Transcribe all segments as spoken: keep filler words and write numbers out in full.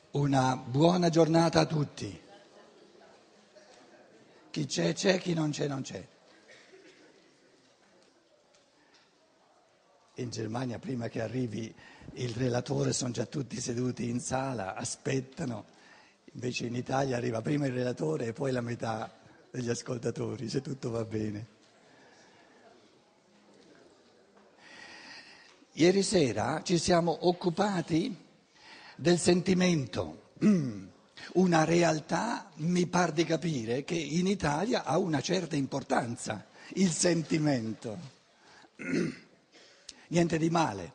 Una buona giornata a tutti. Chi c'è c'è, chi non c'è non c'è. In Germania prima che arrivi il relatore sono già tutti seduti in sala, aspettano. Invece in Italia arriva prima il relatore e poi la metà degli ascoltatori, se tutto va bene. Ieri sera ci siamo occupati del sentimento, una realtà, mi par di capire, che in Italia ha una certa importanza, il sentimento. Niente di male.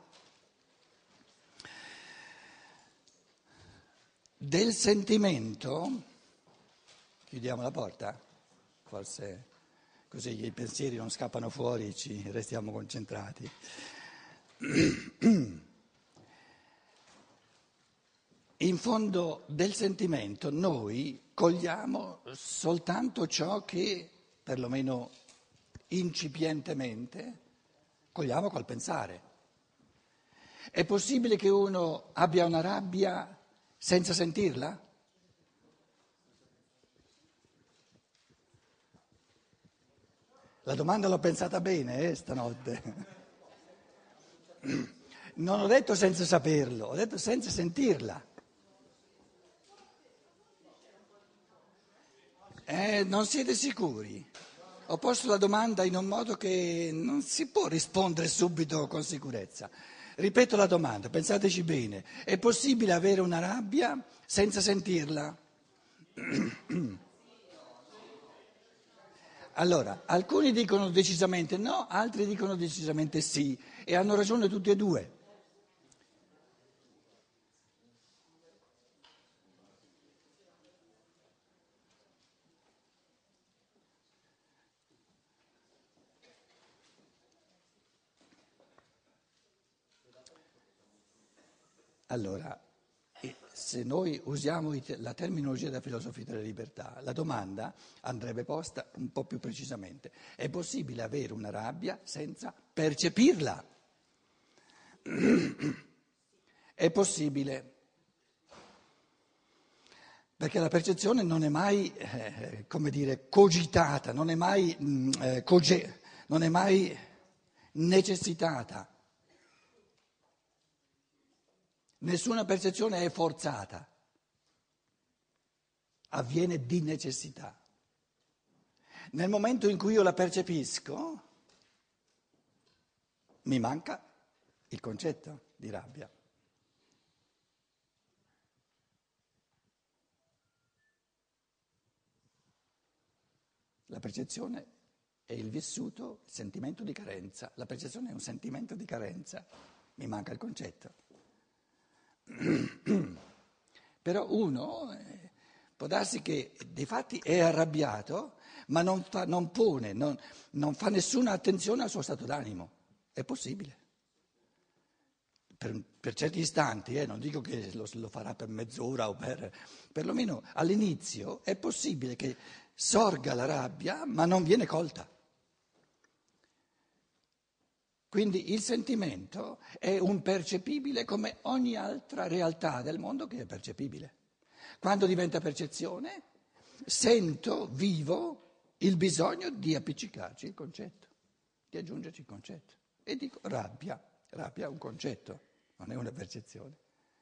Del sentimento, chiudiamo la porta, forse così i pensieri non scappano fuori, ci restiamo concentrati. In fondo del sentimento noi cogliamo soltanto ciò che, perlomeno incipientemente, cogliamo col pensare. È possibile che uno abbia una rabbia senza sentirla? La domanda l'ho pensata bene eh, stanotte. Non ho detto senza saperlo, ho detto senza sentirla. Eh, non siete sicuri? Ho posto la domanda in un modo che non si può rispondere subito con sicurezza. Ripeto la domanda, pensateci bene. È possibile avere una rabbia senza sentirla? Allora, alcuni dicono decisamente no, altri dicono decisamente sì e hanno ragione tutti e due. Allora, e se noi usiamo i te- la terminologia della filosofia della libertà, la domanda andrebbe posta un po' più precisamente. È possibile avere una rabbia senza percepirla? È possibile, perché la percezione non è mai, eh, come dire, cogitata, non è mai, mm, eh, coge- non è mai necessitata. Nessuna percezione è forzata, avviene di necessità. Nel momento in cui io la percepisco, mi manca il concetto di rabbia. La percezione è il vissuto, il sentimento di carenza. La percezione è un sentimento di carenza, mi manca il concetto. Però uno eh, può darsi che di fatti è arrabbiato, ma non, fa, non pone, non, non fa nessuna attenzione al suo stato d'animo. È possibile. Per, per certi istanti, eh, non dico che lo, lo farà per mezz'ora o per... perlomeno all'inizio è possibile che sorga la rabbia, ma non viene colta. Quindi il sentimento è un percepibile come ogni altra realtà del mondo che è percepibile. Quando diventa percezione, sento, vivo il bisogno di appiccicarci il concetto, di aggiungerci il concetto. E dico rabbia, rabbia è un concetto, non è una percezione.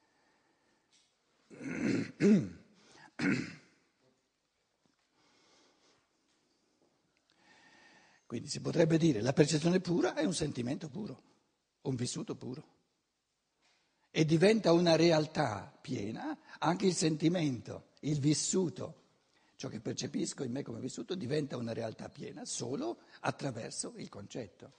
Quindi si potrebbe dire la percezione pura è un sentimento puro, un vissuto puro. E diventa una realtà piena anche il sentimento, il vissuto, ciò che percepisco in me come vissuto diventa una realtà piena solo attraverso il concetto.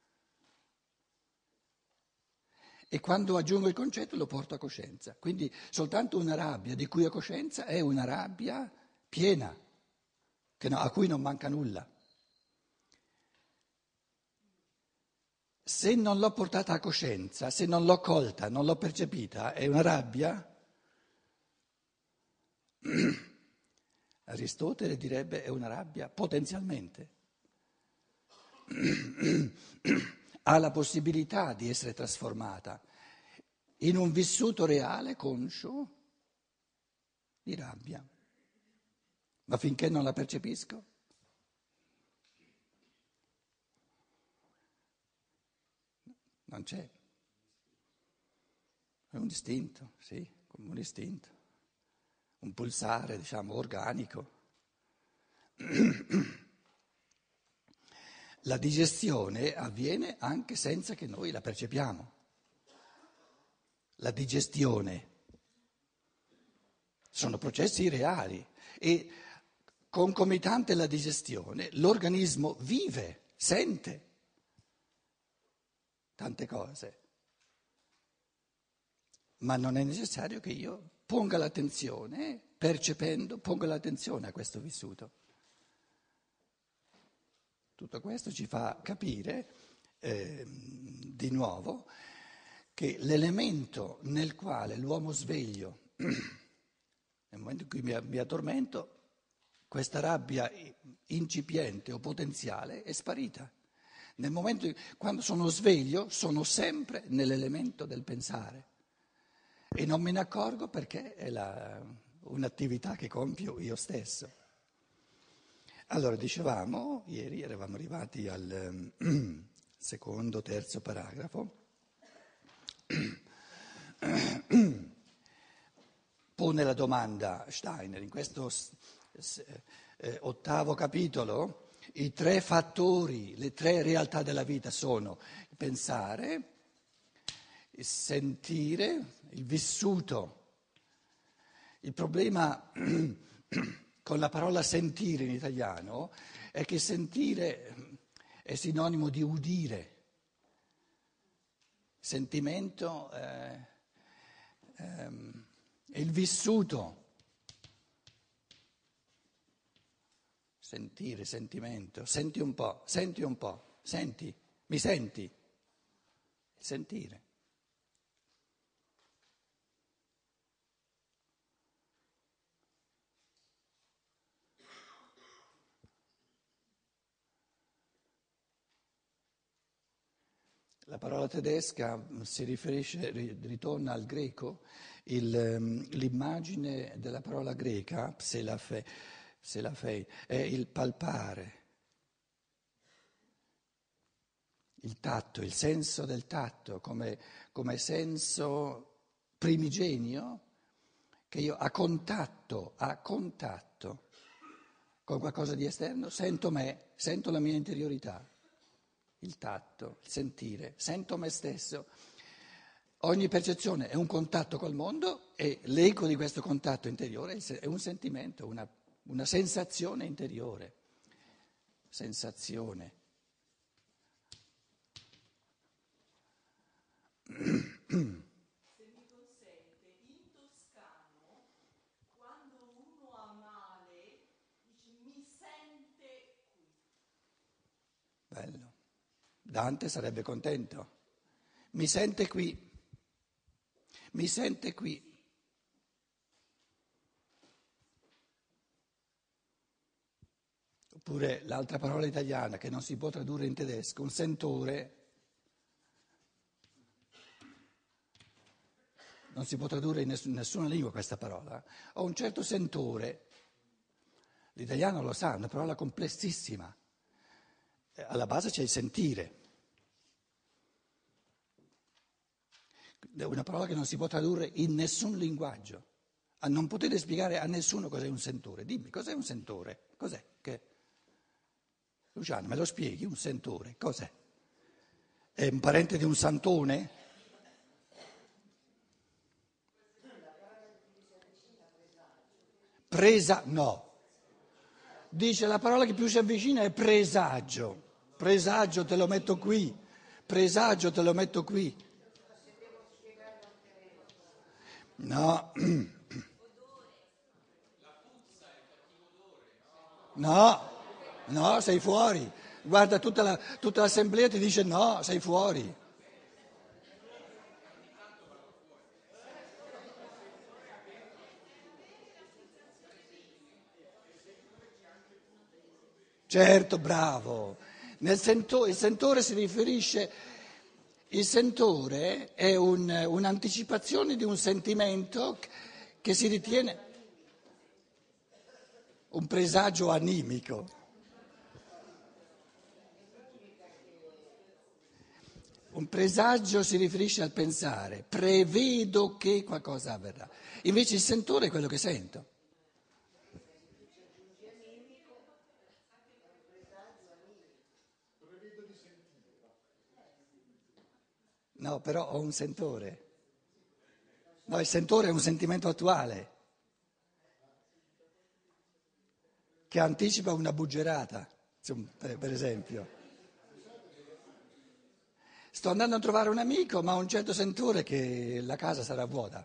E quando aggiungo il concetto lo porto a coscienza. Quindi soltanto una rabbia di cui ho coscienza è una rabbia piena, che no, a cui non manca nulla. Se non l'ho portata a coscienza, se non l'ho colta, non l'ho percepita, è una rabbia? Aristotele direbbe è una rabbia potenzialmente. Ha la possibilità di essere trasformata in un vissuto reale, conscio, di rabbia. Ma finché non la percepisco, non c'è. È un istinto, sì, come un istinto, un pulsare, diciamo, organico. La digestione avviene anche senza che noi la percepiamo. La digestione sono processi reali e concomitante alla digestione l'organismo vive, sente tante cose, ma non è necessario che io ponga l'attenzione, percependo, ponga l'attenzione a questo vissuto. Tutto questo ci fa capire eh, di nuovo che l'elemento nel quale l'uomo sveglio, nel momento in cui mi, mi addormento, questa rabbia incipiente o potenziale è sparita. Nel momento in, quando sono sveglio sono sempre nell'elemento del pensare e non me ne accorgo perché è la, un'attività che compio io stesso. Allora, dicevamo, ieri eravamo arrivati al um, secondo, terzo paragrafo, pone la domanda Steiner, in questo eh, ottavo capitolo, i tre fattori, le tre realtà della vita sono il pensare, il sentire, il vissuto. Il problema con la parola sentire in italiano è che sentire è sinonimo di udire. Sentimento eh, ehm, è il vissuto. Sentire, sentimento. Senti un po', senti un po', senti, mi senti? Il sentire. La parola tedesca si riferisce, ritorna al greco, il, l'immagine della parola greca, pselafei, pselafei, è il palpare, il tatto, il senso del tatto come, come senso primigenio che io a contatto, a contatto con qualcosa di esterno sento me, sento la mia interiorità. Il tatto, il sentire, sento me stesso. Ogni percezione è un contatto col mondo e l'eco di questo contatto interiore è un sentimento, una, una sensazione interiore. Sensazione. Se mi consente, in toscano, quando uno ha male, dice mi sente qui. Bello. Dante sarebbe contento. Mi sente qui, mi sente qui. Oppure l'altra parola italiana che non si può tradurre in tedesco, un sentore, non si può tradurre in nessuna, nessuna lingua questa parola. Ho un certo sentore, l'italiano lo sa, è una parola complessissima. Alla base c'è il sentire. È una parola che non si può tradurre in nessun linguaggio. A non potete spiegare a nessuno cos'è un sentore. Dimmi, cos'è un sentore? Cos'è? Che? Luciano, me lo spieghi? Un sentore, cos'è? È un parente di un santone? Presa, no. Dice la parola che più si avvicina è presagio. Presagio te lo metto qui. Presagio te lo metto qui. No. No, no, sei fuori. Guarda, tutta, la, tutta l'assemblea ti dice no, sei fuori. Certo, bravo. Nel sento, il sentore si riferisce, il sentore è un, un'anticipazione di un sentimento che si ritiene, un presagio animico. Un presagio si riferisce al pensare, prevedo che qualcosa avverrà. Invece il sentore è quello che sento. No, però ho un sentore. No, il sentore è un sentimento attuale che anticipa una buggerata, per esempio. Sto andando a trovare un amico, ma ho un certo sentore che la casa sarà vuota.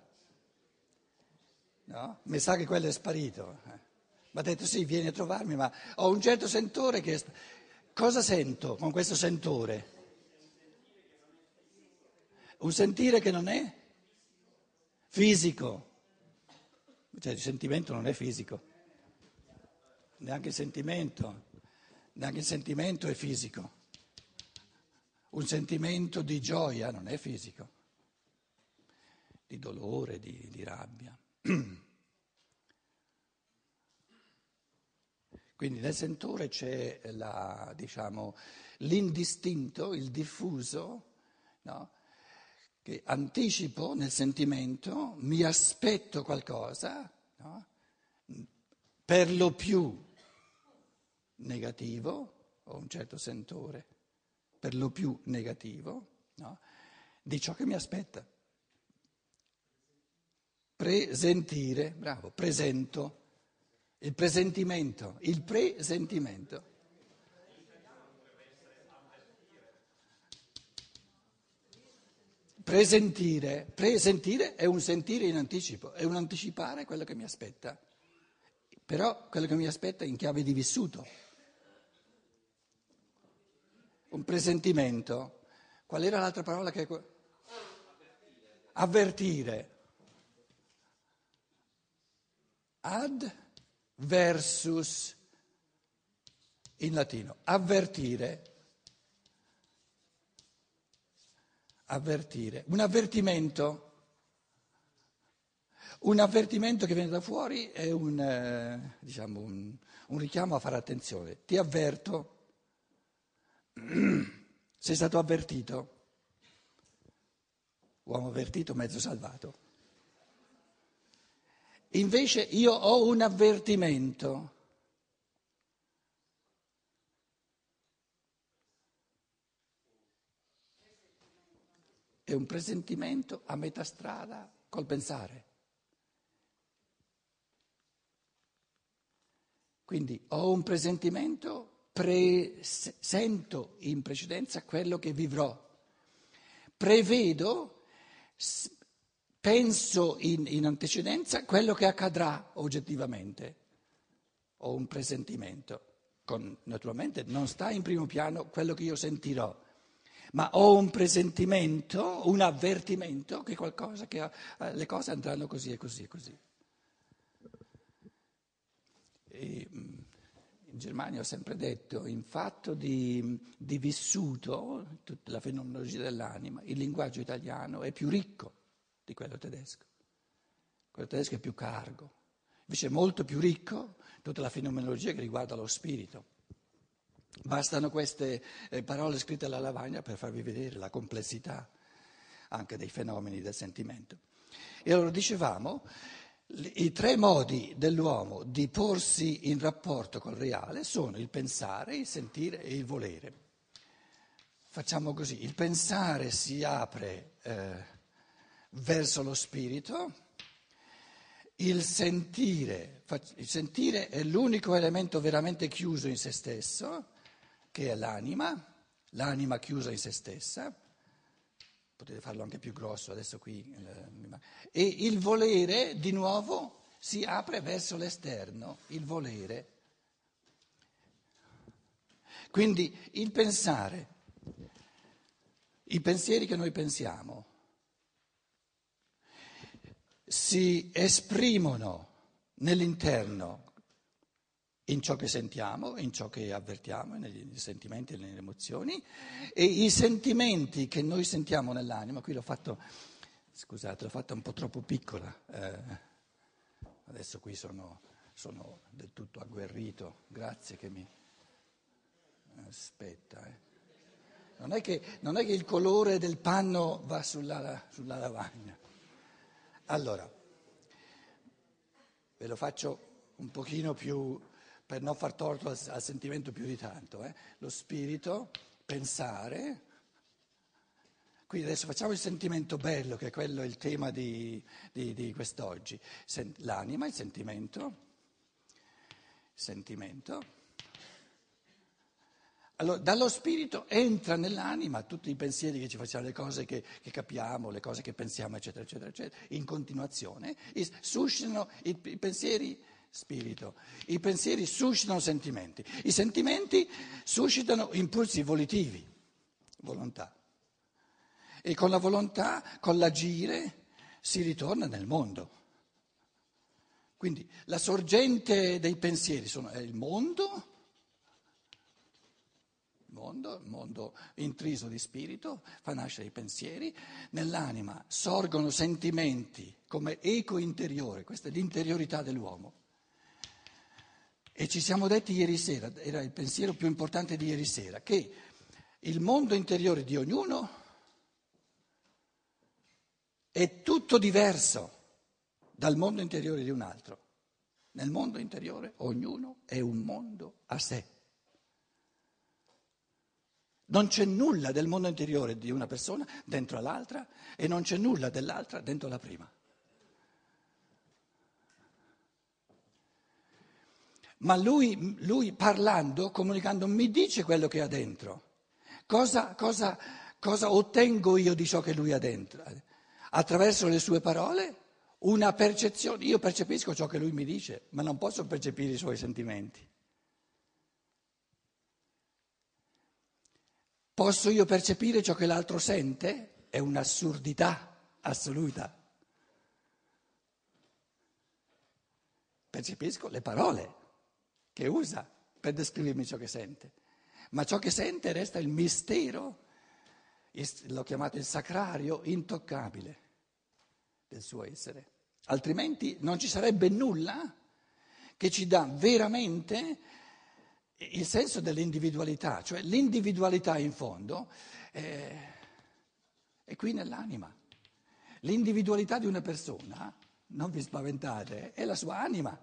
No? Mi sa che quello è sparito. Mi ha detto sì, vieni a trovarmi, ma ho un certo sentore che... Cosa sento con questo sentore? Un sentire che non è fisico. Cioè il sentimento non è fisico. Neanche il sentimento. Neanche il sentimento è fisico. Un sentimento di gioia non è fisico, di dolore, di, di rabbia. Quindi nel sentore c'è la, diciamo, l'indistinto, il diffuso, no? Che anticipo nel sentimento, mi aspetto qualcosa, no? Per lo più negativo, ho un certo sentore, per lo più negativo, no? Di ciò che mi aspetta. Presentire, bravo, presento, il presentimento, il presentimento. Presentire, presentire è un sentire in anticipo, è un anticipare quello che mi aspetta, però quello che mi aspetta in chiave di vissuto. Un presentimento. Qual era l'altra parola che... Avvertire. Ad versus in latino. Avvertire. Avvertire. Un avvertimento. Un avvertimento che viene da fuori è un, eh, diciamo un, un richiamo a fare attenzione. Ti avverto. Sei stato avvertito? Uomo avvertito, mezzo salvato. Invece io ho un avvertimento. È un presentimento a metà strada col pensare. Quindi ho un presentimento. Pre- sento in precedenza quello che vivrò, prevedo, penso in, in antecedenza quello che accadrà oggettivamente, ho un presentimento, con, naturalmente non sta in primo piano quello che io sentirò, ma ho un presentimento, un avvertimento che qualcosa, che eh, le cose andranno così e così e così. E, in Germania ho sempre detto, in fatto di, di vissuto, tutta la fenomenologia dell'anima, il linguaggio italiano è più ricco di quello tedesco. Quello tedesco è più cargo, invece è molto più ricco tutta la fenomenologia che riguarda lo spirito. Bastano queste eh, parole scritte alla lavagna per farvi vedere la complessità anche dei fenomeni del sentimento. E allora dicevamo... I tre modi dell'uomo di porsi in rapporto col reale sono il pensare, il sentire e il volere. Facciamo così, il pensare si apre eh, verso lo spirito, il sentire, il sentire è l'unico elemento veramente chiuso in se stesso, che è l'anima, l'anima chiusa in se stessa. Potete farlo anche più grosso, adesso qui. E il volere, di nuovo, si apre verso l'esterno, il volere. Quindi il pensare, i pensieri che noi pensiamo, si esprimono nell'interno in ciò che sentiamo, in ciò che avvertiamo, negli sentimenti e nelle emozioni, e i sentimenti che noi sentiamo nell'anima, qui l'ho fatto, scusate, l'ho fatta un po' troppo piccola, eh, adesso qui sono sono del tutto agguerrito, grazie che mi... Aspetta, eh. Non è che, non è che il colore del panno va sulla, sulla lavagna. Allora, ve lo faccio un pochino più, per non far torto al, al sentimento più di tanto. Eh. Lo spirito, pensare. Quindi adesso facciamo il sentimento bello, che è quello il tema di, di, di quest'oggi. Sen- l'anima, il sentimento, sentimento. Allora, dallo spirito entra nell'anima tutti i pensieri che ci facciamo, le cose che, che capiamo, le cose che pensiamo, eccetera, eccetera, eccetera, in continuazione, e suscitano i, i pensieri spirito, i pensieri suscitano sentimenti, i sentimenti suscitano impulsi volitivi, volontà, e con la volontà, con l'agire, si ritorna nel mondo. Quindi la sorgente dei pensieri sono, è il mondo. Mondo, mondo intriso di spirito, fa nascere i pensieri, nell'anima sorgono sentimenti come eco interiore, questa è l'interiorità dell'uomo. E ci siamo detti ieri sera, era il pensiero più importante di ieri sera, che il mondo interiore di ognuno è tutto diverso dal mondo interiore di un altro. Nel mondo interiore ognuno è un mondo a sé. Non c'è nulla del mondo interiore di una persona dentro l'altra e non c'è nulla dell'altra dentro la prima. Ma lui, lui parlando, comunicando, mi dice quello che ha dentro. Cosa, cosa, cosa ottengo io di ciò che lui ha dentro? Attraverso le sue parole, una percezione. Io percepisco ciò che lui mi dice, ma non posso percepire i suoi sentimenti. Posso io percepire ciò che l'altro sente? È un'assurdità assoluta. Percepisco le parole che usa per descrivermi ciò che sente, ma ciò che sente resta il mistero, l'ho chiamato il sacrario intoccabile del suo essere. Altrimenti non ci sarebbe nulla che ci dà veramente il senso dell'individualità, cioè l'individualità in fondo è, è qui nell'anima. L'individualità di una persona, non vi spaventate, è la sua anima.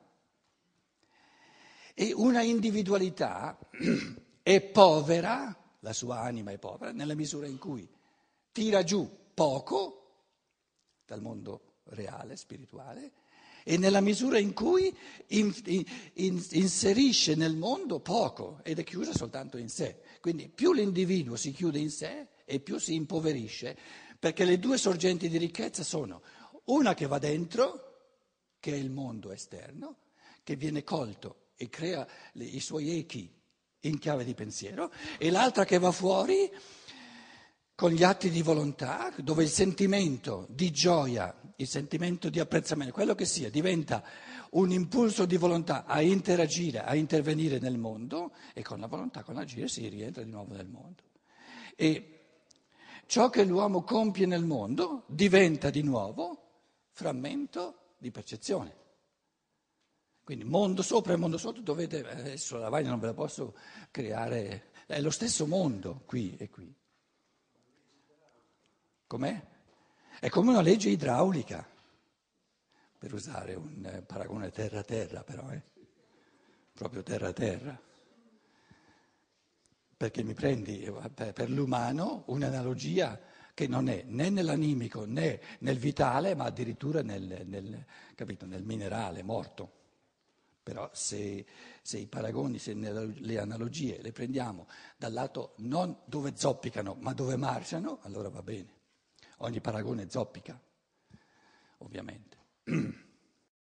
E una individualità è povera, la sua anima è povera, nella misura in cui tira giù poco dal mondo reale, spirituale, e nella misura in cui in, in, in, inserisce nel mondo poco ed è chiusa soltanto in sé. Quindi più l'individuo si chiude in sé e più si impoverisce, perché le due sorgenti di ricchezza sono una che va dentro, che è il mondo esterno, che viene colto e crea le, i suoi echi in chiave di pensiero, e l'altra che va fuori con gli atti di volontà, dove il sentimento di gioia, il sentimento di apprezzamento, quello che sia, diventa un impulso di volontà a interagire, a intervenire nel mondo, e con la volontà, con l'agire si rientra di nuovo nel mondo. E ciò che l'uomo compie nel mondo diventa di nuovo frammento di percezione. Quindi mondo sopra e mondo sotto, dovete, adesso la lavagna non ve la posso creare, è lo stesso mondo qui e qui. Com'è? È come una legge idraulica, per usare un paragone terra-terra però, eh? Proprio terra-terra. Perché mi prendi per l'umano un'analogia che non è né nell'animico né nel vitale, ma addirittura nel, nel, capito, nel minerale morto. Però se, se i paragoni, se le analogie le prendiamo dal lato non dove zoppicano, ma dove marciano, allora va bene. Ogni paragone zoppica, ovviamente.